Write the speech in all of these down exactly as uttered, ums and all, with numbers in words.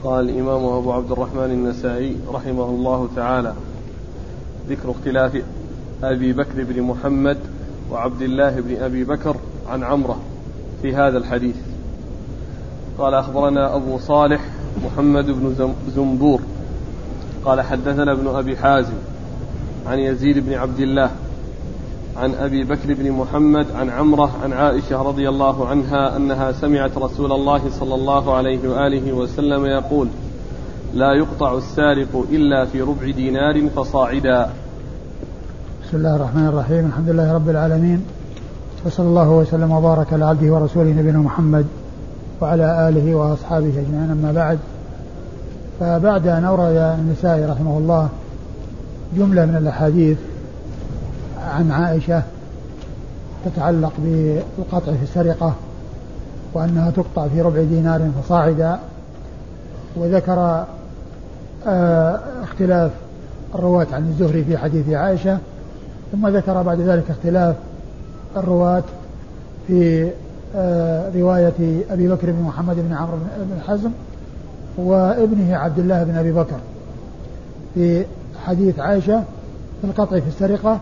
قال الإمام أبو عبد الرحمن النسائي رحمه الله تعالى: ذكر اختلاف أبي بكر بن محمد وعبد الله بن أبي بكر عن عمرة في هذا الحديث. قال: أخبرنا أبو صالح محمد بن زنبور قال: حدثنا ابن أبي حازم عن يزيد بن عبد الله عن أبي بكر بن محمد عن عمرة عن عائشة رضي الله عنها أنها سمعت رسول الله صلى الله عليه وآله وسلم يقول: لا يقطع السارق إلا في ربع دينار فصاعدا. بسم الله الرحمن الرحيم. الحمد لله رب العالمين، وصلى الله وسلم وبارك على عبده ورسوله نبينا محمد وعلى آله وأصحابه أجمعين. أما بعد، فبعد أن أورد النسائي رحمه الله جملة من الأحاديث عن عائشة تتعلق بالقطع في السرقة وأنها تقطع في ربع دينار فصاعدا، وذكر آه اختلاف الرواة عن الزهري في حديث عائشة، ثم ذكر بعد ذلك اختلاف الرواة في آه رواية أبي بكر بن محمد بن عمرو بن حزم وابنه عبد الله بن أبي بكر في حديث عائشة في القطع في السرقة.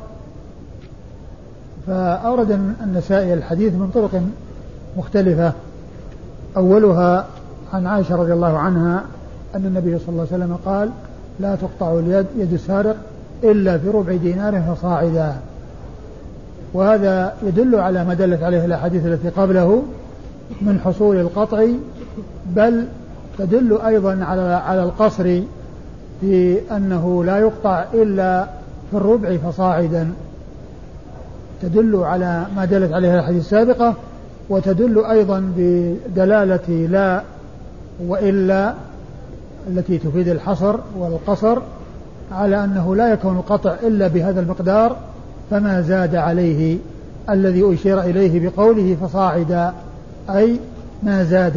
فأورد النسائي الحديث من طرق مختلفة، أولها عن عائشة رضي الله عنها أن النبي صلى الله عليه وسلم قال: لا تقطع اليد يد السارق إلا في ربع دينار فصاعدا. وهذا يدل على ما دلت عليه الأحاديث التي قبله من حصول القطع، بل تدل أيضا على على القصر في أنه لا يقطع إلا في الربع فصاعدا، تدل على ما دلت عليه الحديث السابقة، وتدل أيضا بدلالة لا وإلا التي تفيد الحصر والقصر على أنه لا يكون القطع إلا بهذا المقدار، فما زاد عليه الذي أشير إليه بقوله فصاعدا، أي ما زاد.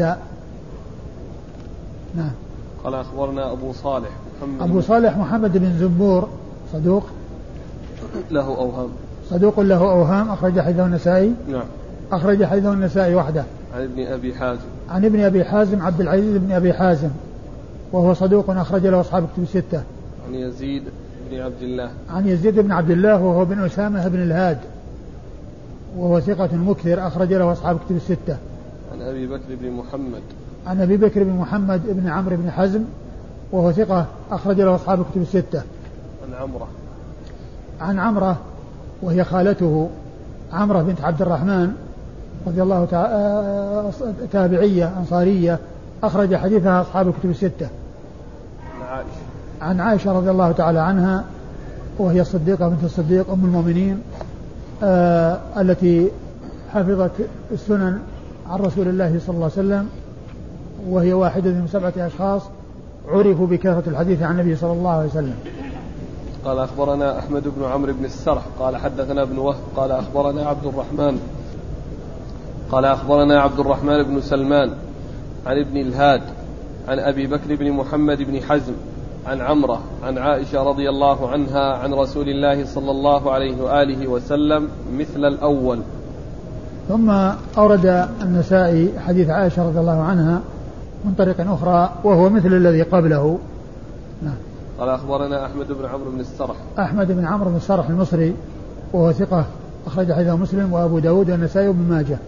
نعم. قال: أخبرنا أبو صالح محمد أبو صالح محمد بن زنبور صدوق له أوهام صدوق له أوهام أخرج حديثه النسائي. نعم. أخرج حديثه النسائي وحده. عن ابن أبي حازم عن ابن أبي حازم عبد العزيز بن أبي حازم، وهو صدوق أخرج له أصحاب الكتب الستة. عن يزيد بن عبد الله عن يزيد بن عبد الله وهو بن أسامة بن الهاد، وهو ثقة مكثر أخرج له أصحاب الكتب الستة. عن أبي بكر بن محمد عن أبي بكر بن محمد بن عمرو بن حزم، وهو ثقة أخرج له أصحاب الكتب الستة. عن عمرة عن عمرة وهي خالته عمرة بنت عبد الرحمن رضي الله تعالى تابعية أنصارية أخرج حديثها أصحاب الكتب الستة. عن عائشة عن عائشة رضي الله تعالى عنها وهي الصديقة بنت الصديق أم المؤمنين آه التي حفظت السنن عن رسول الله صلى الله عليه وسلم، وهي واحدة من سبعة أشخاص عرفوا بكثرة الحديث عن النبي صلى الله عليه وسلم. قال: أخبرنا أحمد بن عمرو بن السرح قال: حدثنا ابن وهب قال: أخبرنا عبد الرحمن قال أخبرنا عبد الرحمن بن سلمان عن ابن الهاد عن أبي بكر بن محمد بن حزم عن عمرة عن عائشة رضي الله عنها عن رسول الله صلى الله عليه وآله وسلم مثل الأول. ثم أورد النسائي حديث عائشة رضي الله عنها من طريق أخرى وهو مثل الذي قبله. نعم. قال: أخبرنا أحمد بن عمرو بن السرح أحمد بن عمرو بن السرح المصري، وهو ثقة أخرج حديثه مسلم وأبو داود والنسائي وابن ماجه.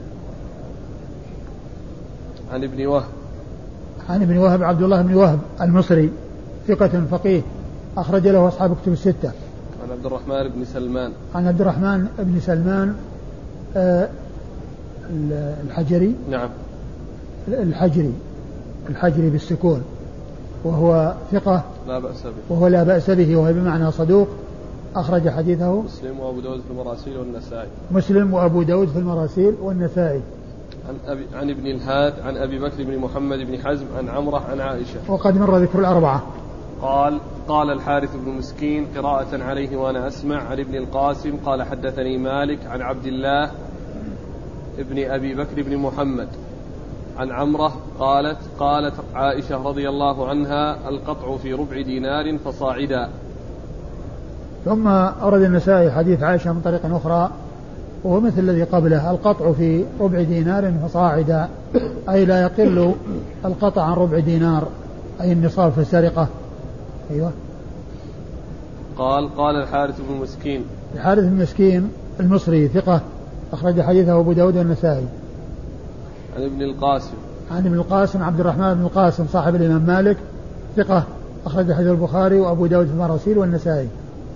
عن ابن وهب عن ابن وهب عبد الله بن وهب المصري ثقة فقيه أخرج له أصحاب كتب الستة. عن عبد الرحمن بن سلمان عن عبد الرحمن بن سلمان آه الحجري. نعم. الحجري الحجري بالسكون، وهو ثقة لا بأس به وهو لا بأس به، وهو بمعنى صدوق أخرج حديثه مسلم وأبو داود في المراسيل والنسائي. مسلم وأبو داود في المراسيل والنسائي. عن, أبي عن ابن الهاد عن أبي بكر بن محمد بن حزم عن عمرة عن عائشة. وقد مر ذكر الأربعة. قال: قال الحارث بن مسكين قراءة عليه وأنا أسمع عن ابن القاسم قال: حدثني مالك عن عبد الله ابن أبي بكر بن محمد عن عمرة قالت قالت عائشة رضي الله عنها: القطع في ربع دينار فصاعدا. ثم أورد النسائي حديث عائشة من طريق أخرى وهو مثل الذي قبله: القطع في ربع دينار فصاعدا، أي لا يقل القطع عن ربع دينار. أي النصاب في السرقة. أيوة. قال قال الحارث بن مسكين. الحارث بن مسكين المصري ثقة أخرج حديثه أبو داود والنسائي. عن ابن القاسم. عن ابن القاسم عبد الرحمن بن القاسم صاحب الإمام مالك ثقة أخرج حديث البخاري وأبو داود في المراسيل والنسائي.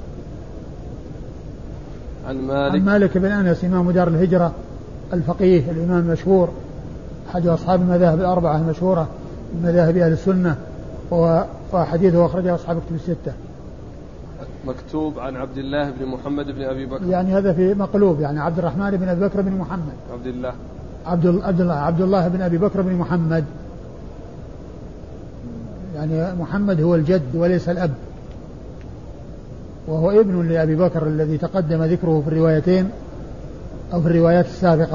عن مالك. عن مالك بن أنس إمام دار الهجرة الفقيه الإمام المشهور أحد أصحاب المذاهب الأربعة المشهورة من مذاهب أهل السنة وحديثه أخرجه أصحاب الكتب الستة. مكتوب عن عبد الله بن محمد بن أبي بكر. يعني هذا في مقلوب يعني عبد الرحمن بن أبي بكر بن محمد. عبد الله. عبد الله عبد الله بن أبي بكر بن محمد. يعني محمد هو الجد وليس الأب، وهو ابن لأبي بكر الذي تقدم ذكره في الروايتين أو في الروايات السابقة،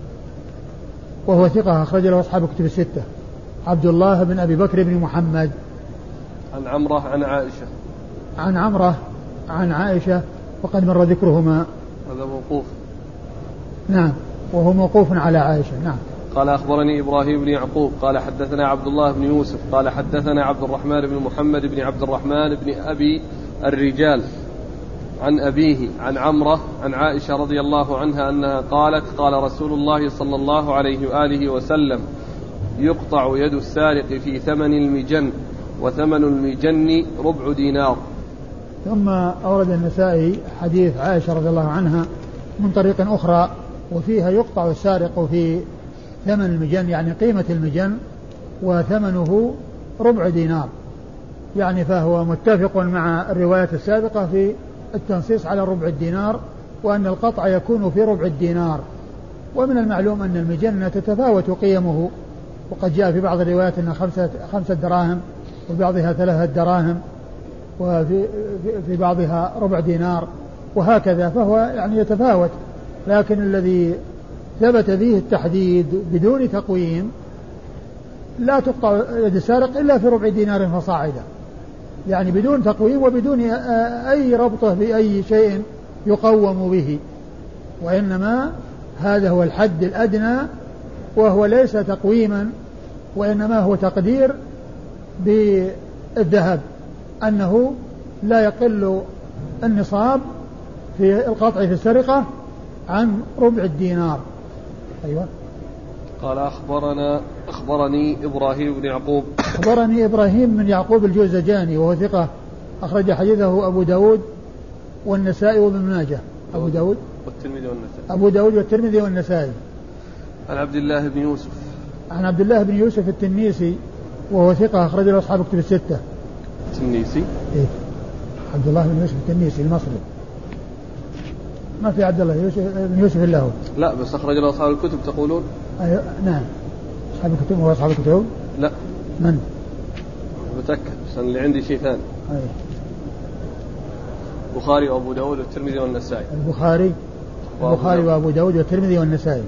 وهو ثقة أخرج له أصحاب الكتب الستة. عبد الله بن أبي بكر بن محمد. عن عمرة عن عائشة. عن عمرة عن عائشة وقد مر ذكرهما. هذا موقوف. نعم وهو موقوف على عائشة. نعم. قال أخبرني إبراهيم بن يعقوب قال حدثنا عبد الله بن يوسف قال حدثنا عبد الرحمن بن محمد بن عبد الرحمن بن أبي الرجال عن أبيه عن عمرة عن عائشة رضي الله عنها أنها قالت قال رسول الله صلى الله عليه وآله وسلم يقطع يد السارق في ثمن المجن وثمن المجن ربع دينار. ثم أورد النسائي حديث عائشة رضي الله عنها من طريق أخرى وفيها يقطع السارق في ثمن المجن يعني قيمة المجن وثمنه ربع دينار، يعني فهو متفق مع الروايات السابقة في التنصيص على ربع الدينار وأن القطع يكون في ربع الدينار. ومن المعلوم أن المجن تتفاوت قيمه، وقد جاء في بعض الروايات أن خمسة, خمسة دراهم وبعضها ثلاثة دراهم وفي في بعضها ربع دينار وهكذا، فهو يعني يتفاوت. لكن الذي ثبت فيه التحديد بدون تقويم لا تقطع يد السارق إلا في ربع دينار فصاعدا، يعني بدون تقويم وبدون أي ربطه بأي شيء يقوم به، وإنما هذا هو الحد الأدنى وهو ليس تقويما وإنما هو تقدير بالذهب أنه لا يقل النصاب في القطع في السرقة عن ربع الدينار. أيوة. قال أخبرنا أخبرني إبراهيم بن يعقوب أخبرني إبراهيم بن يعقوب الجوزجاني وهو ثقة أخرج حديثه أبو داود والنسائي وابن ماجه. أبو داود والترمذي والنسائي. أبو داود والترمذي والنسائي. عن عبد الله بن يوسف عن عبد الله بن يوسف التنيسي وهو ثقة أخرج له أصحاب الكتب الستة. التنيسي؟ إيه عبد الله بن يوسف التنيسي المصري، ما في عبد الله يوسف بن يوسف إلا هو. لا بس أخرج له أصحاب الكتب تقولون؟ أيوة نعم أصحاب الكتب. هو أصحاب الكتب؟ لا. من؟ متأكد بس أنا اللي عندي شيء ثاني. أيوة. البخاري وأبو داود والترمذي والنسائي. البخاري البخاري وأبو داود والترمذي والنسائي.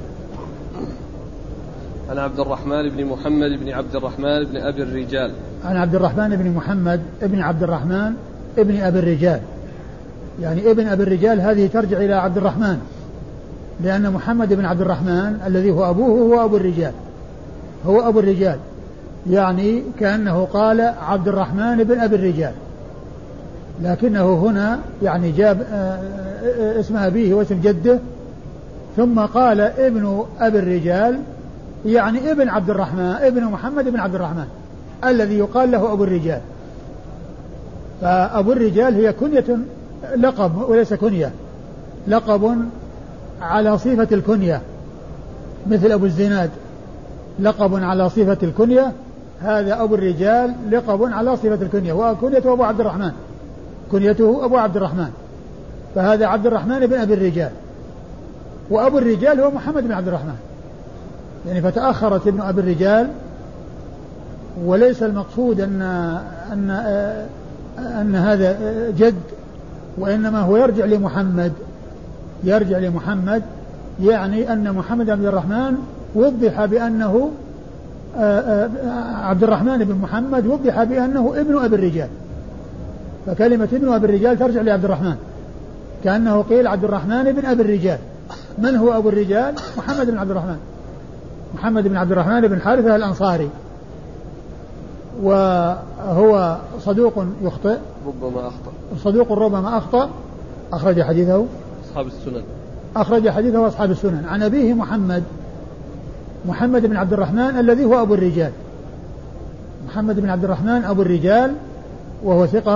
عن عبد الرحمن بن محمد بن عبد الرحمن بن أبي الرجال. عن عبد الرحمن بن محمد بن عبد الرحمن ابن أبي الرجال، يعني ابن أبي الرجال هذه ترجع إلى عبد الرحمن، لأن محمد بن عبد الرحمن الذي هو أبوه هو أبو الرجال، هو أبو الرجال، يعني كأنه قال عبد الرحمن بن أبي الرجال، لكنه هنا يعني جاب اسم أبيه واسم جده ثم قال ابن أبي الرجال، يعني ابن عبد الرحمن ابن محمد بن عبد الرحمن الذي يقال له أبو الرجال. فأبو الرجال هي كنية لقب وليس كنية، لقب على صفة الكنية مثل أبو الزناد لقب على صفة الكنية، هذا أبو الرجال لقب على صفة الكنية، وكنيته أبو عبد الرحمن، كنيته أبو عبد الرحمن، فهذا عبد الرحمن بن أبي الرجال، وأبو الرجال هو محمد بن عبد الرحمن، يعني فتأخرت ابن أبي الرجال، وليس المقصود أن أن أن هذا جد، وإنما هو يرجع لمحمد، يرجع لمحمد، يعني أن محمد بن عبد الرحمن وضح بأنه عبد الرحمن بن محمد وضح بأنه ابن أبي الرجال، فكلمة ابن أبي الرجال ترجع لعبد الرحمن، كأنه قيل عبد الرحمن بن أبي الرجال. من هو أبو الرجال؟ محمد بن عبد الرحمن، محمد بن عبد الرحمن بن حارثة الأنصاري، وهو صدوق يخطئ ربما أخطأ صدوق ربما أخطأ أخرج حديثه أصحاب السنن أخرج حديثه أصحاب السنن. عن أبيه محمد محمد بن عبد الرحمن الذي هو أبو الرجال محمد بن عبد الرحمن أبو الرجال وهو ثقة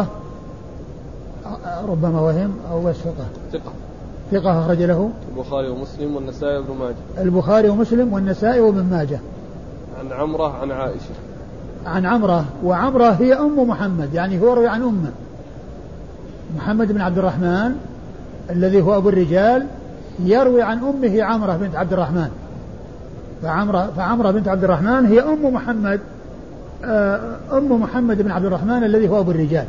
ربما وهم أو ثقة ثقة ثقة أخرج له البخاري ومسلم والنسائي وابن ماجه البخاري ومسلم والنسائي وابن ماجه. عن عمرة عن عائشة عن عمرة وعمرة هي أم محمد يعني هو روي عن أمه محمد بن عبد الرحمن الذي هو أبو الرجال يروي عن أمه عمرة بنت عبد الرحمن فعمرة, فعمرة بنت عبد الرحمن هي أم محمد أم محمد بن عبد الرحمن الذي هو أبو الرجال.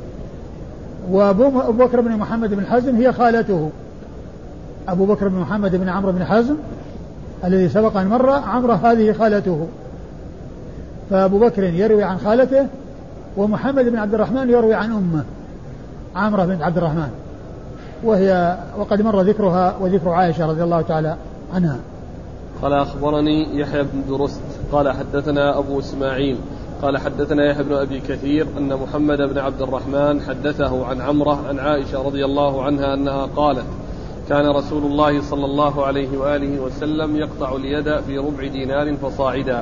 وأبو بكر بن محمد بن حزم هي خالته أبو بكر بن محمد بن عمرو بن حزم الذي سبق أن مر عمرة هذه خالته فأبو بكر يروي عن خالته ومحمد بن عبد الرحمن يروي عن أمه عمرة بنت عبد الرحمن وهي وقد مر ذكرها وذكر عائشة رضي الله تعالى عنها. قال أخبرني يحيى بن درست قال حدثنا أبو إسماعيل قال حدثنا يحيى بن أبي كثير أن محمد بن عبد الرحمن حدثه عن عمرة عن عائشة رضي الله عنها أنها قالت كان رسول الله صلى الله عليه وآله وسلم يقطع اليد في ربع دينار فصاعدا.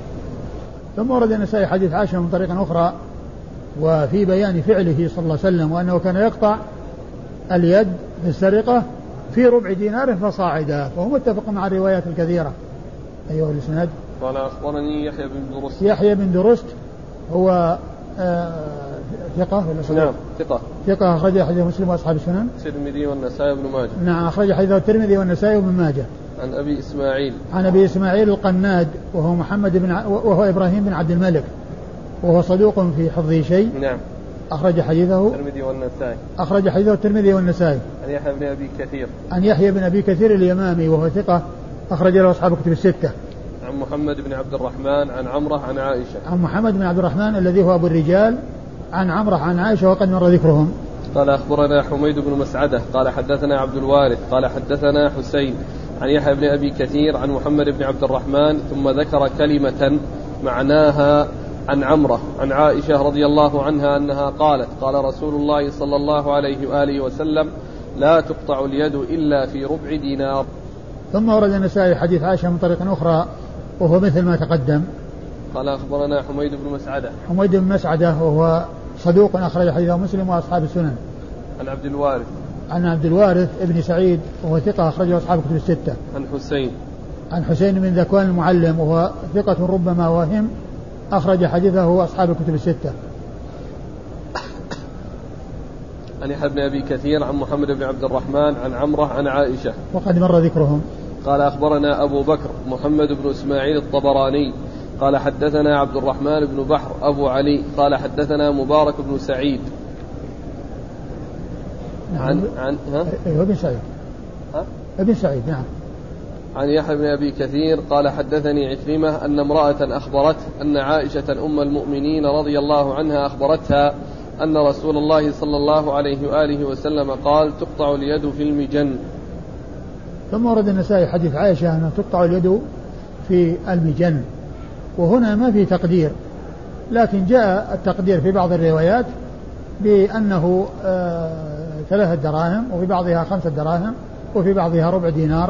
ثم ورد النسائي حديث عائشة من طريق أخرى وفي بيان فعله صلى الله عليه وسلم وأنه كان يقطع اليد في السرقة في ربع دينار فصاعدا فهو متفق مع الروايات الكثيرة. أيها الإسناد. قال أخبرني يحيى بن درست يحيى بن درست هو آه ثقة ولا صديق؟ نعم ثقة ثقة أخرج حديث مسلم وأصحاب السنن الترمذي والنسائي وابن ماجه. نعم أخرج حديث الترمذي والنسائي وابن ماجه. عن أبي إسماعيل عن أبي إسماعيل القناد وهو محمد بن ع... وهو إبراهيم بن عبد الملك وهو صدوق في حفظه شيء. نعم أخرج حديثه الترمذي والنسائي. أخرج حديثه الترمذي والنسائي. عن يحيى بن أبي كثير عن يحيى بن أبي كثير اليمامي وهو ثقة أخرج له أصحاب كتب الستة. عن محمد بن عبد الرحمن عن عمرة عن عائشة. عن محمد بن عبد الرحمن الذي هو أبو الرجال عن عمرة عن عائشة وقد مر ذكرهم. قال أخبرنا حميد بن مسعدة قال حدثنا عبد الوارث قال حدثنا حسين عن يحيى بن أبي كثير عن محمد بن عبد الرحمن ثم ذكر كلمة معناها عن عمرة عن عائشة رضي الله عنها أنها قالت قال رسول الله صلى الله عليه وآله وسلم لا تقطع اليد إلا في ربع دينار. ثم ورد النسائي حديث عائشة من طريق أخرى وهو مثل ما تقدم. قال أخبرنا حميد بن مسعدة حميد بن مسعدة وهو صدوق أخرج حديثه مسلم وأصحاب السنن. عن عبد الوارث عن عبد الوارث ابن سعيد وهو ثقة أخرجه أصحاب كتب الستة. عن حسين عن حسين بن ذكوان المعلم وهو ثقة ربما وهم أخرج حديثه أصحاب الكتب الستة. عن يحيى بن أبي كثير عن محمد بن عبد الرحمن عن عمرة عن عائشة وقد مر ذكرهم. قال أخبرنا أبو بكر محمد بن إسماعيل الطبراني قال حدثنا عبد الرحمن بن بحر أبو علي قال حدثنا مبارك بن سعيد نعم. عن عن ها ايوه ابن سعيد ها ابن سعيد نعم. عن يحيى بن أبي كثير قال حدثني عكرمة أن امرأة أخبرته أن عائشة أم المؤمنين رضي الله عنها أخبرتها أن رسول الله صلى الله عليه وآله وسلم قال تقطع اليد في المجن. ثم ورد النسائي حديث عائشة أنها تقطع اليد في المجن وهنا ما في تقدير لكن جاء التقدير في بعض الروايات بأنه آه ثلاثة دراهم وفي بعضها خمسة دراهم وفي بعضها ربع دينار.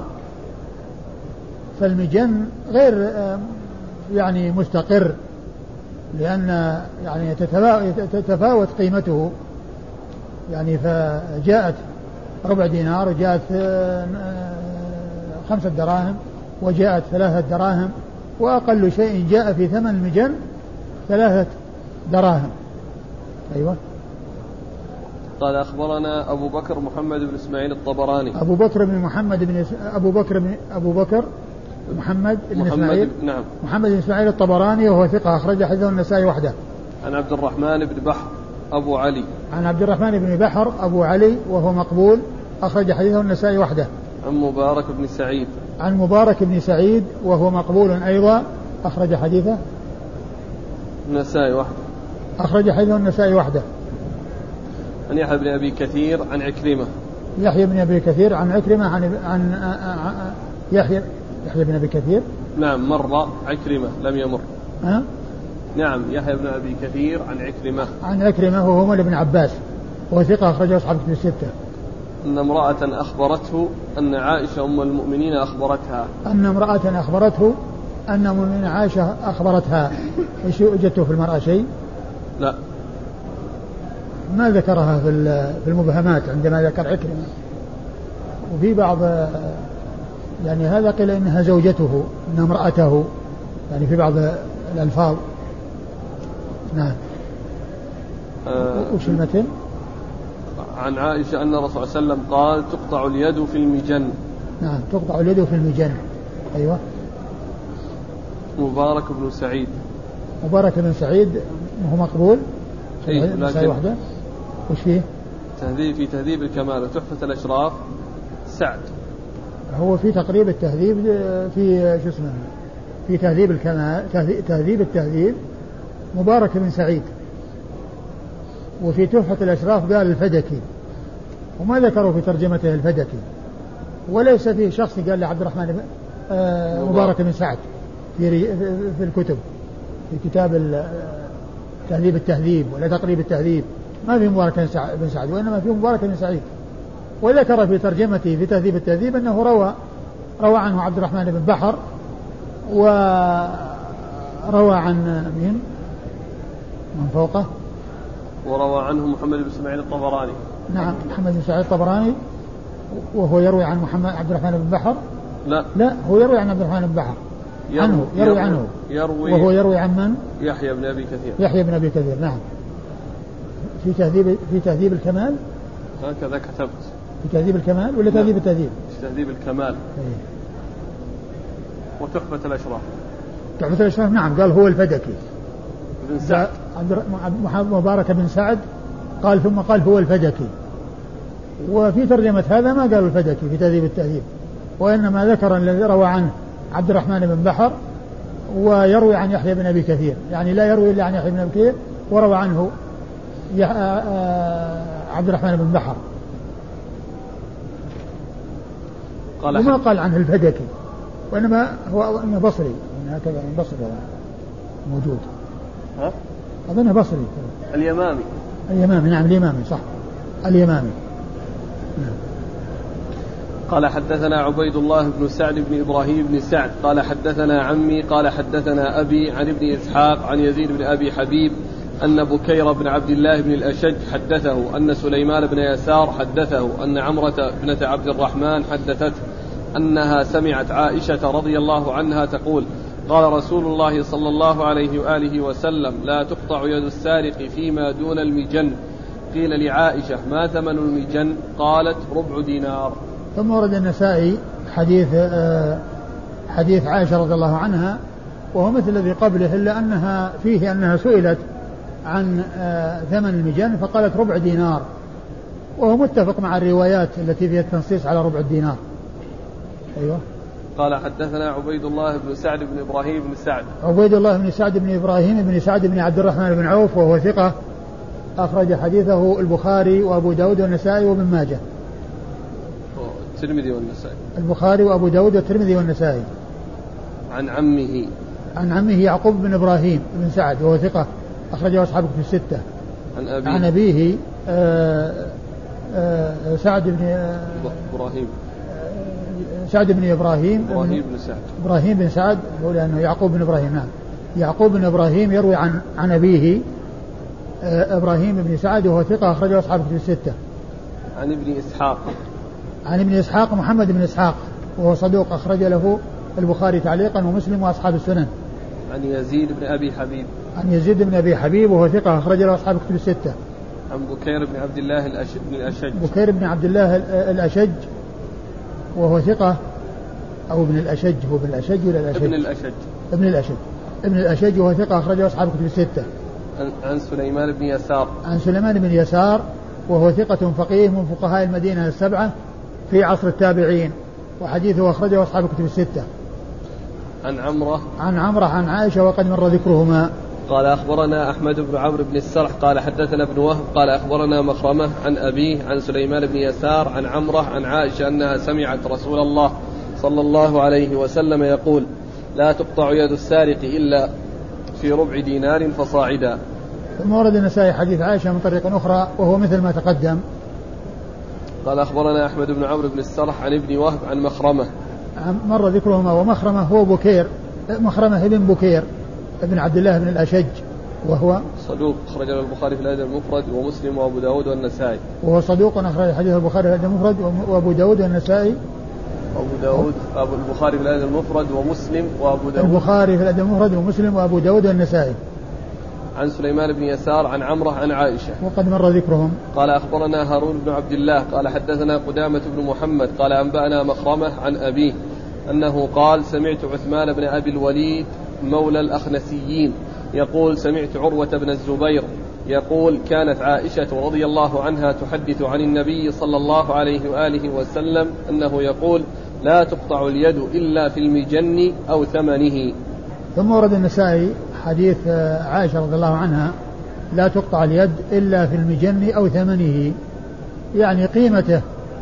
فالمجن غير آه يعني مستقر لأن يعني تتفاوت قيمته يعني فجاءت ربع دينار وجاءت آه خمسة دراهم وجاءت ثلاثة دراهم وأقل شيء جاء في ثمن المجن ثلاثة دراهم. أيوة. قال أخبرنا أبو بكر محمد بن إسماعيل الطبراني أبو بكر بن محمد بن أبو بكر بن أبو بكر محمد بن محمد إسماعيل نعم محمد بن إسماعيل الطبراني وهو ثقة أخرج حديثه النسائي وحده. عن عبد الرحمن بن بحر أبو علي عن عبد الرحمن بن بحر أبو علي وهو مقبول أخرج حديثه النسائي وحده. عن مبارك بن سعيد عن مبارك بن سعيد وهو مقبول أيضا أخرج حديثه النسائي وحده أخرج حديثه النسائي وحده. عن يحيى بن أبي كثير عن عكرمة يحيى بن أبي كثير عن عكرمة عن عن يحيى يحيى بن أبي كثير نعم مر عكرمة لم يمر أه؟ نعم يحيى بن أبي كثير عن عكرمة عن عكرمة وهو ابن عباس وثقة أخرجه أصحاب الكتب الستة. أن امرأة أخبرته أن عائشة أم المؤمنين أخبرتها أن امرأة أخبرته أن أم المؤمنين عائشة أخبرتها. إيش وجدته في المرأة شيء؟ لا ما ذكرها في المبهمات عندما ذكر عكرمة. وفي بعض يعني هذا قيل إنها زوجته إنها امرأته يعني في بعض الألفاظ. نعم. أه وش المتن؟ عن عائشة أن الرسول صلى الله عليه وسلم قال تقطع اليد في المجن. نعم تقطع اليد في المجن. أيوة. مبارك بن سعيد. مبارك بن سعيد هو مقبول. أي لكن واحدة. وش فيه؟ تهذيب في تهذيب الكمال وتحفة الأشراف سعد. هو في تقريب التهذيب في شو اسمه في تهذيب الكمال تهذيب التهذيب مبارك بن سعيد. وفي تحفة الأشراف قال الفدكي وما ذكروا في ترجمته الفدكي. وليس فيه شخص قال لعبد الرحمن بن آه مبارك بن سعد في في الكتب في كتاب تهذيب التهذيب ولا تقريب التهذيب ما في مبارك بن سعد وإنما في مبارك بن سعيد. وذكر في ترجمته في تهذيب التهذيب أنه روى روى عنه عبد الرحمن بن بحر وروى عن مين من فوقه وروى عنه محمد بن اسماعيل الطبراني. نعم محمد بن اسماعيل الطبراني وهو يروي عن محمد عبد الرحمن بن بحر. لا لا هو يروي عن عبد الرحمن بن بحر يروي عنه يروي, يروي عنه يروي وهو يروي عن من؟ يحيى بن أبي كثير. يحيى بن أبي كثير. نعم. في تهذيب في تهذيب الكمال هكذا كتبت في تهذيب الكمال ولا تهذيب التهذيب؟ في تهذيب الكمال. أيه. وتحفة الأشراف. تحفة الأشراف نعم قال هو الفدكي بن سعد عبد مبارك بن سعد قال ثم قال هو الفدكي. وفي ترجمة هذا ما قال الفدكي في تهذيب التهذيب وإنما ذكر الذي روى عنه عبد الرحمن بن بحر ويروي عن يحيى بن أبي كثير يعني لا يروي إلا عن يحيى بن أبي كثير وروى عنه عبد الرحمن بن بحر قال وما قال عنه الفدكي وإنما هو إنه بصري هكذا بصري موجود. ها؟ أظنه بصري. اليمامي. اليمامي نعم اليمامي صح اليمامي. نعم. قال حدثنا عبيد الله بن سعد بن إبراهيم بن سعد قال حدثنا عمي قال حدثنا أبي عن ابن إسحاق عن يزيد بن أبي حبيب أن بكير بن عبد الله بن الأشج حدثه أن سليمان بن يسار حدثه أن عمرة بنت عبد الرحمن حدثته أنها سمعت عائشة رضي الله عنها تقول قال رسول الله صلى الله عليه وآله وسلم لا تقطع يد السارق فيما دون المجن. قيل لعائشة ما ثمن المجن؟ قالت ربع دينار. ثم ورد النسائي حديث حديث عائشة رضي الله عنها وهو مثل الذي قبله إلا أنها فيه أنها سئلت عن ثمن المجن فقالت ربع دينار وهو متفق مع الروايات التي فيها التنصيص على ربع الدينار. أيوة. قال حدثنا عبيد الله بن سعد بن إبراهيم بن سعد. عبيد الله بن سعد بن إبراهيم بن سعد بن عبد الرحمن بن عوف وهو ثقة أخرج حديثه البخاري وأبو داود والنسائي وابن ماجه. الترمذي والنسائي. البخاري وأبو داود والترمذي والنسائي. عن عمه. عن عمه يعقوب بن إبراهيم بن سعد وهو ثقة أخرجه أصحابه في الستة. عن أبيه. عن أبيه آآ آآ سعد بن إبراهيم. سعد بن إبراهيم إبراهيم بن سعد. إبراهيم بن سعد هو لأنه يعقوب بن إبراهيم. نعم. يعقوب بن إبراهيم يروي عن عن أبيه إبراهيم بن سعد وهو ثقة أخرجه أصحابه في الستة. عن ابن إسحاق. عن ابن إسحاق محمد بن إسحاق وهو صدوق أخرج له البخاري تعليقا ومسلم وأصحاب السنن. عن يزيد بن أبي حبيب. عن يزيد بن أبي حبيب وهو ثقة أخرج له أصحاب الكتب الستة. عن بكير بن عبد الله الأشج بن الأشج. بكير بن عبد الله الأشج وهو ثقة أو ابن الأشج هو ابن الأشج ولا الأشج؟ ابن الأشج. ابن الأشج. ابن الأشج وهو ثقة أخرجه أصحاب الكتب الستة. عن, عن سليمان بن يسار. عن سليمان بن يسار وهو ثقة فقيه من فقهاء المدينة السبعة في عصر التابعين وحديثه أخرجه أصحاب الكتب الستة. عن عمرة. عن عمرة عن عائشة وقد مر ذكرهما. قال أخبرنا أحمد بن عمرو بن السرح قال حدثنا ابن وهب قال أخبرنا مخرمة عن أبيه عن سليمان بن يسار عن عمرة عن عائشة أنها سمعت رسول الله صلى الله عليه وسلم يقول لا تقطع يد السارق إلا في ربع دينار فصاعدا. ثم ورد النسائي حديث عائشة من طريق أخرى وهو مثل ما تقدم. قال أخبرنا أحمد بن عمرو بن السرح عن ابن وهب عن مخرمة، مر ذكرهما، ومخرمة هو بكير، مخرمة ابن بكير ابن عبد الله بن الأشج، وهو صدوق أخرج له البخاري في الأدب المفرد ومسلم وأبو داود والنسائي. وهو صدوق أخرج حديث البخاري في الأدب المفرد وأبو داود والنسائي. أبو داود أبو البخاري في الأدب المفرد ومسلم وأبو داود. البخاري في الأدب المفرد ومسلم وأبو داود والنسائي. عن سليمان بن يسار عن عمره عن عائشة وقد مر ذكرهم. قال أخبرنا هارون بن عبد الله قال حدثنا قدامة بن محمد قال أنبأنا مخرمة عن أبيه أنه قال سمعت عثمان بن أبي الوليد مولى الأخنسيين يقول سمعت عروة بن الزبير يقول كانت عائشة رضي الله عنها تحدث عن النبي صلى الله عليه وآله وسلم أنه يقول لا تقطع اليد إلا في المجن أو ثمنه. ثم ورد النسائي حديث عائشة رضي الله عنها لا تقطع اليد إلا في المجن أو ثمنه، يعني قيمته،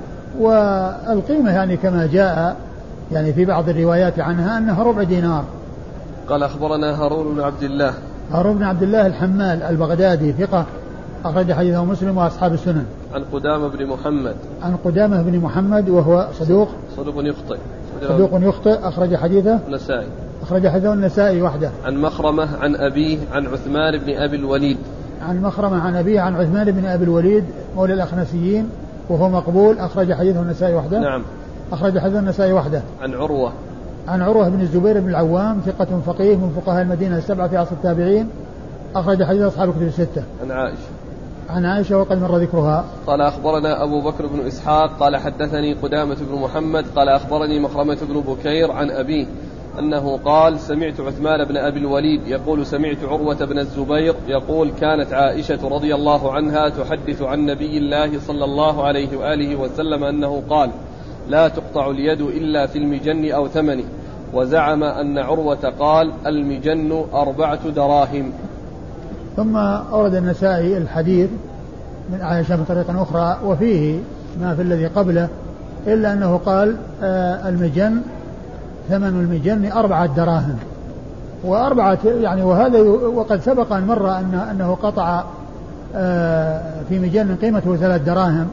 والقيمة يعني كما جاء يعني في بعض الروايات عنها أنها ربع دينار. قال أخبرنا هارون بن عبد الله هارون بن عبد الله الحمال البغدادي ثقة أخرج حديثه مسلم وأصحاب السنن. عن قدامة بن محمد عن قدامة بن محمد وهو صدوق صدوق يخطئ صدوق يخطئ أخرج حديثه النسائي أخرج حديثه النسائي وحده. عن مخرمة عن أبيه عن عثمان بن أبي الوليد عن مخرمة عن أبيه عن عثمان بن أبي الوليد مولى الأخنسيين وهو مقبول أخرج حديثه النسائي وحده. نعم أخرج حديثه النسائي وحده. عن عروة عن عروة بن الزبير بن العوام ثقة فقيه من فقهاء المدينة السبعة في عصر التابعين أخرج حديث أصحاب الكتب الستة. عن عائشة عن عائشة وقد مر ذكرها. قال أخبرنا أبو بكر بن إسحاق قال حدثني قدامة بن محمد قال أخبرني مخرمة بن بكير عن أبيه أنه قال سمعت عثمان بن أبي الوليد يقول سمعت عروة بن الزبير يقول كانت عائشة رضي الله عنها تحدث عن نبي الله صلى الله عليه وآله وسلم أنه قال لا تقطع اليد إلا في المجن أو ثمنه، وزعم أن عروة قال المجن أربعة دراهم. ثم أورد النسائي الحديث من عائشة بطريقة أخرى وفيه ما في الذي قبله إلا أنه قال آه المجن ثمن المجن أربعة دراهم وأربعة يعني، وهذا وقد سبق أن مر أن أنه قطع آه في مجن قيمته ثلاث دراهم،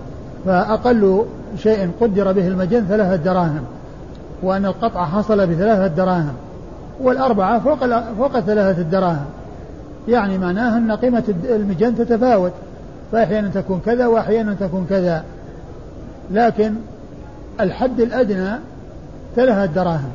فأقل شيء قدر به المجن ثلاثة دراهم، وأن القطع حصل بثلاثة دراهم، والأربعة فوق فوق ثلاثة دراهم، يعني معناه أن قيمة المجن تتفاوت، فأحيانا تكون كذا وأحيانا تكون كذا، لكن الحد الأدنى ثلاثة دراهم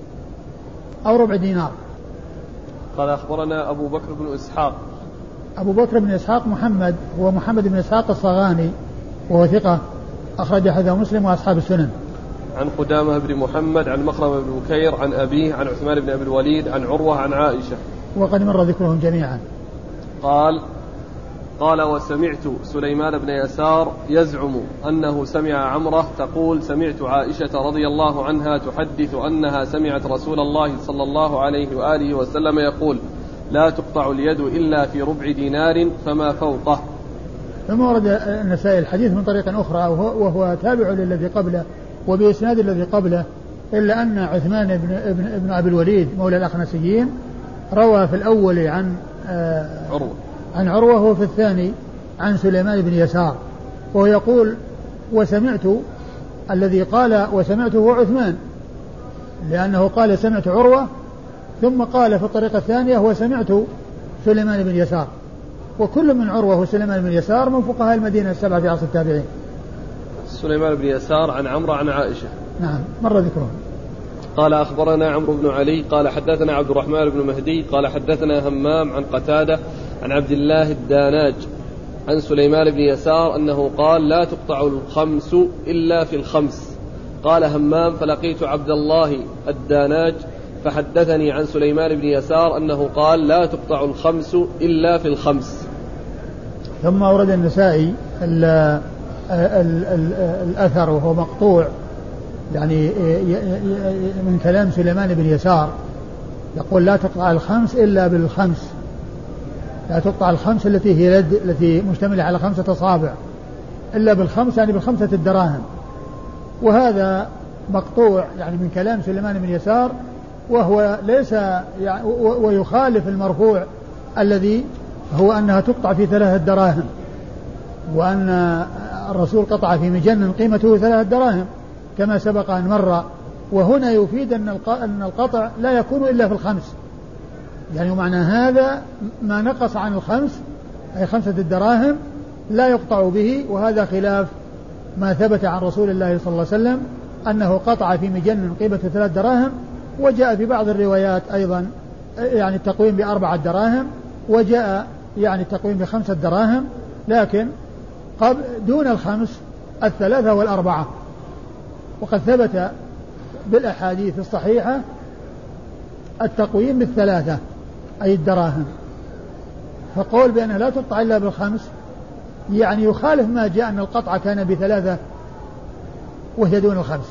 أو ربع دينار. قال أخبرنا أبو بكر بن إسحاق أبو بكر بن إسحاق محمد هو محمد بن إسحاق الصغاني وهو ثقة أخرج حديثه مسلم وأصحاب السنن. عن قدامة بن محمد عن مخرمة بن بكير عن أبيه عن عثمان بن أبي الوليد عن عروة عن عائشة وقد مر ذكرهم جميعا. قال قال وسمعت سليمان بن يسار يزعم أنه سمع عمره تقول سمعت عائشة رضي الله عنها تحدث أنها سمعت رسول الله صلى الله عليه وآله وسلم يقول لا تقطع اليد إلا في ربع دينار فما فوقه. ثم ورد النسائي الحديث من طريق أخرى وهو تابع للذي قبله وبإسناد الذي قبله، إلا أن عثمان بن, ابن, ابن أبي الوليد مولى الأخنسيين روى في الأول عن آه عروة عن عروة وفي الثاني عن سليمان بن يسار، وهو يقول وسمعت، الذي قال وسمعته هو عثمان، لأنه قال سمعت عروة ثم قال في الطريقة الثانية وسمعت سليمان بن يسار، وكل من عروة وسليمان بن يسار من فقهاء المدينة السبعة في عصر التابعين. سليمان بن يسار عن عمرو عن عائشة. نعم مر ذكره. قال أخبرنا عمرو بن علي قال حدثنا عبد الرحمن بن مهدي قال حدثنا همام عن قتادة عن عبد الله الداناج عن سليمان بن يسار أنه قال لا تقطع الخمس إلا في الخمس. قال همام فلقيت عبد الله الداناج فحدثني عن سليمان بن يسار أنه قال لا تقطع الخمس إلا في الخمس. ثم أورد النسائي ال ال ال الأثر وهو مقطوع يعني من كلام سليمان بن يسار، يقول لا تقطع الخمس إلا بالخمس، لا تقطع الخمس التي هي يد التي مشتملة على خمسة أصابع إلا بالخمس يعني بالخمسة الدراهم، وهذا مقطوع يعني من كلام سليمان بن يسار وهو ليس يعني ويخالف المرفوع الذي هو أنها تقطع في ثلاثة دراهم، وأن الرسول قطع في مجن قيمته ثلاثة دراهم كما سبق أن مر. وهنا يفيد أن القطع لا يكون إلا في الخمس، يعني معنى هذا ما نقص عن الخمس أي خمسة الدراهم لا يقطع به، وهذا خلاف ما ثبت عن رسول الله صلى الله عليه وسلم أنه قطع في مجن قيمة ثلاث دراهم. وجاء في بعض الروايات أيضا يعني التقويم بأربعة دراهم، وجاء يعني التقويم بخمسة دراهم، لكن قبل دون الخمس الثلاثة والأربعة. وقد ثبت بالأحاديث الصحيحة التقويم بالثلاثة أي الدراهم، فقول بأنها لا تقطع إلا بالخمس يعني يخالف ما جاء أن القطع كان بثلاثة وهي دون الخمس.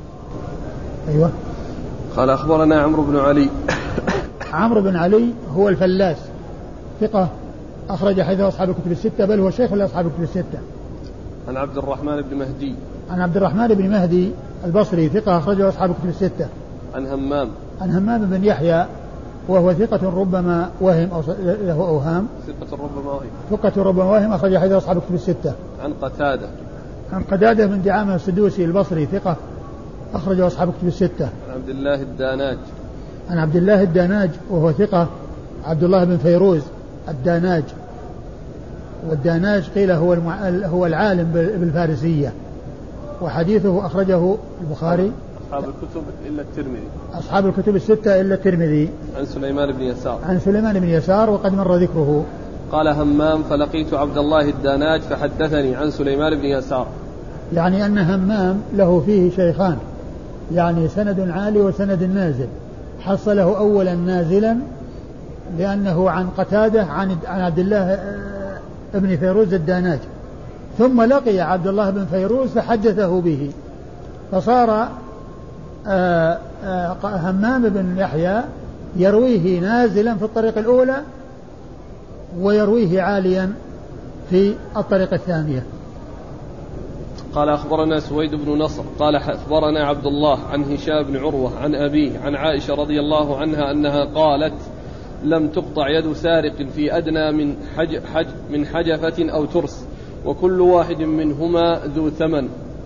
أيوة. قال أخبرنا عمرو بن علي. عمرو بن علي هو الفلاس ثقة أخرج حديث أصحاب الكتب الستة، بل هو شيخ لأصحاب الكتب الستة. عن عبد الرحمن بن مهدي. عن عبد الرحمن بن مهدي البصري ثقة أخرجه أصحاب الكتب الستة. عن همام. عن همام بن يحيى وهو ثقة ربما وهم أو له أوهام. ثقة ربما وهم. ثقة ربما وهم أخرج حديث أصحاب الكتب الستة. عن قتادة. عن قتادة بن دعامة السدوسي البصري ثقة أخرجه أصحاب الكتب الستة. عن عبد الله الداناج. عن عبد الله الداناج وهو ثقة عبد الله بن فيروز الداناج، والداناج قيل هو هو العالم بالفارسية، وحديثه أخرجه البخاري أصحاب الكتب إلا الترمذي. أصحاب الكتب الستة إلا الترمذي. عن سليمان بن يسار. عن سليمان بن يسار وقد مر ذكره. قال همام فلقيت عبد الله الداناج فحدثني عن سليمان بن يسار. يعني أن همام له فيه شيخان، يعني سند عالي وسند نازل، حصله أولا نازلا لأنه عن قتادة عن عبد الله بن فيروز الداناج، ثم لقي عبد الله بن فيروز فحدثه به، فصار آآ آآ همام بن يحيى يرويه نازلا في الطريق الأولى ويرويه عاليا في الطريق الثانية. قال أخبرنا سويد بن نصر قال أخبرنا عبد الله عن هشام بن عروة عن أبيه عن عائشة رضي الله عنها أنها قالت لم تقطع يد سارق في أدنى من حج حج من حجفة أو ترس وكل واحد منهما ذو ثمن.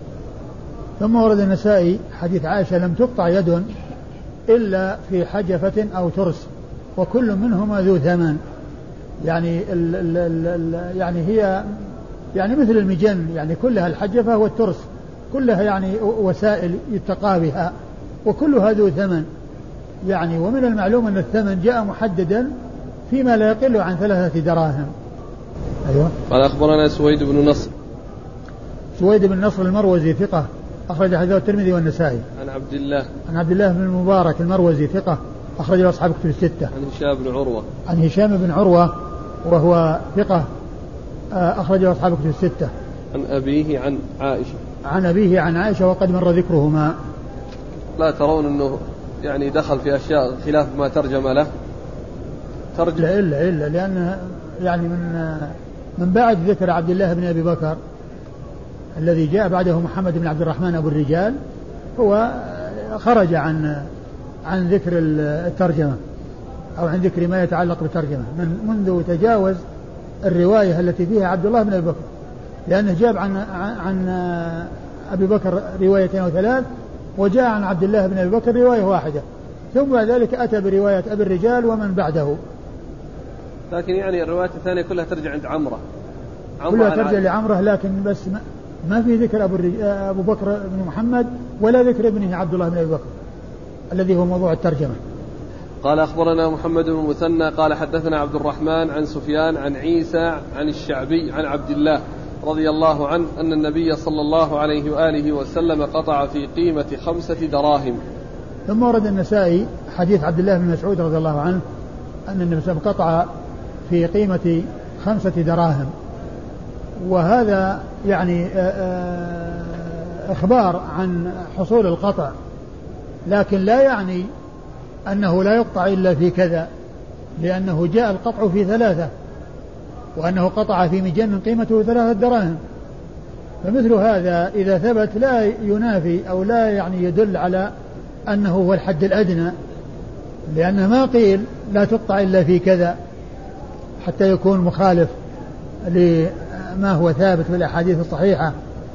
ثم ورد النسائي حديث عائشة لم تقطع يد إلا في حجفة أو ترس وكل منهما ذو ثمن، يعني ال ال ال يعني هي يعني مثل المجن، يعني كلها الحجفة والترس كلها يعني وسائل يتقى بها وكلها ذو ثمن، يعني ومن المعلوم أن الثمن جاء محددا فيما لا يقل عن ثلاثة دراهم. أيوة. قال أخبرنا سويد بن نصر. سويد بن نصر المروزي ثقة أخرج حديثه الترمذي والنسائي. عن عبد الله. عن عبد الله بن المبارك المروزي ثقة أخرج له أصحاب الكتب الستة. عن هشام بن عروة. عن هشام بن عروة وهو ثقة أخرج له أصحاب الكتب الستة. عن أبيه عن عائشة. عن أبيه عن عائشة وقد مر ذكرهما. لا ترون أنه يعني دخل في أشياء خلاف ما ترجم له؟ ترجم لا إلا إلا لأن يعني من من بعد ذكر عبد الله بن أبي بكر الذي جاء بعده محمد بن عبد الرحمن أبو الرجال هو خرج عن عن ذكر الترجمة أو عن ذكر ما يتعلق بالترجمة من منذ تجاوز الرواية التي فيها عبد الله بن أبي بكر، لأنه جاب عن عن أبي بكر روايتين أو ثلاث وجاء عن عبد الله بن أبي بكر رواية واحدة، ثم بعد ذلك أتى برواية أبي الرجال ومن بعده. لكن يعني الروايات الثانية كلها ترجع عند عمرة. كلها ترجع لعمرة، لكن بس ما في ذكر أبو, أبو بكر بن محمد ولا ذكر ابنه عبد الله بن أبي بكر الذي هو موضوع الترجمة. قال أخبرنا محمد بن مثنى قال حدثنا عبد الرحمن عن سفيان عن عيسى عن الشعبي عن عبد الله رضي الله عنه أن النبي صلى الله عليه وآله وسلم قطع في قيمة خمسة دراهم. ثم ورد النسائي حديث عبد الله بن مسعود رضي الله عنه أن النبي صلى الله عليه وسلم قطع في قيمة خمسة دراهم، وهذا يعني إخبار عن حصول القطع، لكن لا يعني أنه لا يقطع إلا في كذا، لأنه جاء القطع في ثلاثة وأنه قطع في مجن قيمته ثلاثة دراهم، فمثل هذا إذا ثبت لا ينافي أو لا يعني يدل على أنه هو الحد الأدنى لأن ما قيل لا تقطع إلا في كذا حتى يكون مخالف لما هو ثابت في الأحاديث الصحيحة.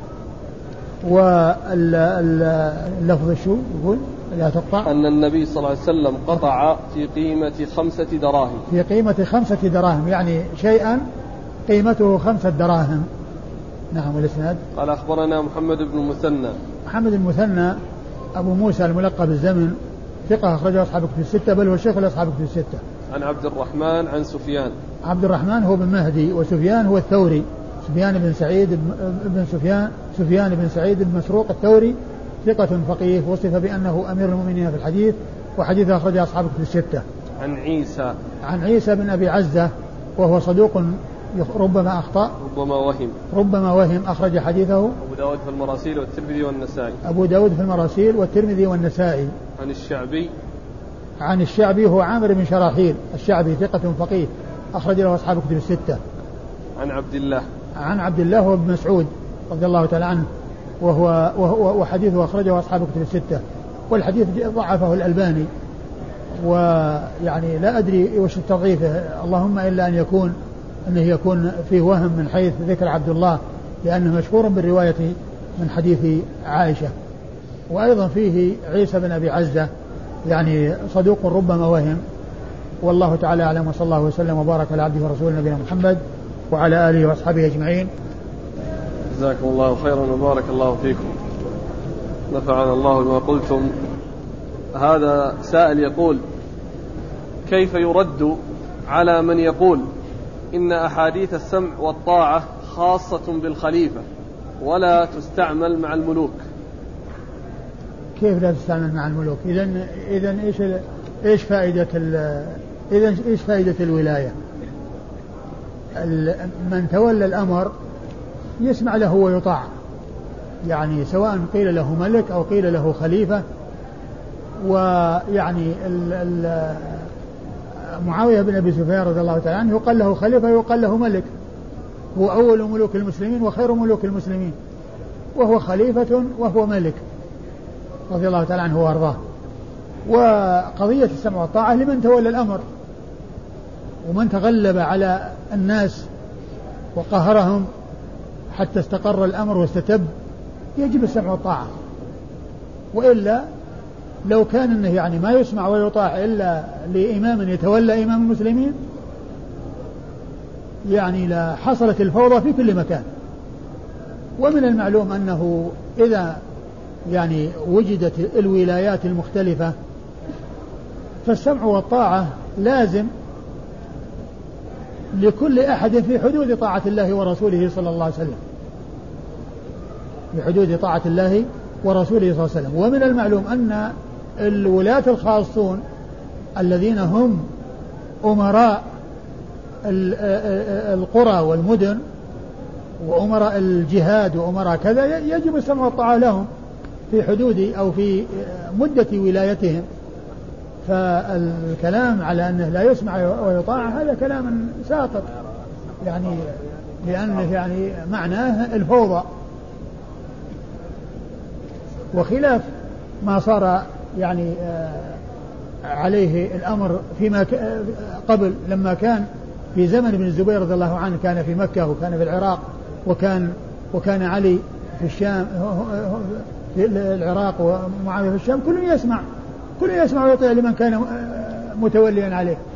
واللفظ شو يقول لا تقطع أن النبي صلى الله عليه وسلم قطع في قيمة خمسة دراهم في قيمة خمسة دراهم يعني شيئا قيمته خمسة دراهم. نعم. والإسناد قال أخبرنا محمد بن المثنى محمد المثنى أبو موسى الملقب الزمن ثقة أخرجه أصحاب كتب الستة بل هو شيخ لأصحاب كتب الستة. عن عبد الرحمن عن سفيان عبد الرحمن هو بن مهدي وسفيان هو الثوري سفيان بن سعيد بن سفيان سفيان بن سعيد بن مسروق الثوري ثقة فقيه وصف بأنه أمير المؤمنين في الحديث وحديث أخرجه أصحاب كتب الستة. عن عيسى عن عيسى بن أبي عزة وهو صدوق ربما أخطأ ربما وهم ربما وهم أخرج حديثه أبو داود في المراسيل والترمذي والنسائي أبو داود في المراسيل والترمذي والنسائي. عن الشعبي عن الشعبي هو عامر بن شراحيل الشعبي ثقة فقيه أخرج له أصحاب كتب الستة. عن عبد الله عن عبد الله هو بن مسعود رضي الله تعالى عنه وهو, وهو وحديثه أخرجه أصحاب كتب الستة والحديث ضعفه الألباني ويعني لا أدري وش التضعيف اللهم إلا أن يكون أنه يكون فيه وهم من حيث ذكر عبد الله لأنه مشهور بالرواية من حديث عائشة. وأيضا فيه عيسى بن أبي عزة يعني صدوق ربما وهم والله تعالى أعلم وصلى الله وسلم وبارك على عبده ورسوله نبينا محمد وعلى آله وأصحابه أجمعين. جزاكم الله خيرا وبارك الله فيكم نفعنا الله بما قلتم. هذا سائل يقول كيف يرد على من يقول إن أحاديث السمع والطاعة خاصة بالخليفة ولا تستعمل مع الملوك؟ كيف لا تستعمل مع الملوك؟ إذن إذن إيش إيش فائدة إذن إيش فائدة الولاية؟ من تولى الأمر يسمع له ويطاع يعني سواء قيل له ملك أو قيل له خليفة. ويعني ال ال معاوية بن أبي سفيان رضي الله تعالى عنه يقال له خليفة يقال له ملك هو أول ملوك المسلمين وخير ملوك المسلمين وهو خليفة وهو ملك رضي الله تعالى عنه وارضاه. وقضية السمع والطاعة لمن تولى الأمر ومن تغلب على الناس وقهرهم حتى استقر الأمر واستتب يجب السمع والطاعة. وإلا لو كان انه يعني ما يسمع ويطاع إلا لإمام يتولى إمام المسلمين يعني لا حصلت الفوضى في كل مكان. ومن المعلوم أنه إذا يعني وجدت الولايات المختلفة فالسمع والطاعة لازم لكل أحد في حدود طاعة الله ورسوله صلى الله عليه وسلم في حدود طاعة الله ورسوله صلى الله عليه وسلم. ومن المعلوم أن الولاة الخاصون الذين هم أمراء القرى والمدن وأمراء الجهاد وأمراء كذا يجب السمع والطاعة لهم في حدود أو في مدة ولايتهم. فالكلام على أنه لا يسمع ويطاع هذا كلام ساقط يعني لأنه يعني معناه الفوضى وخلاف ما صار يعني عليه الأمر فيما قبل لما كان في زمن ابن الزبير رضي الله عنه كان في مكة وكان في العراق وكان وكان علي في الشام في العراق ومعاوية في الشام كل يسمع كل يسمع ويطيع لمن كان متوليا عليه.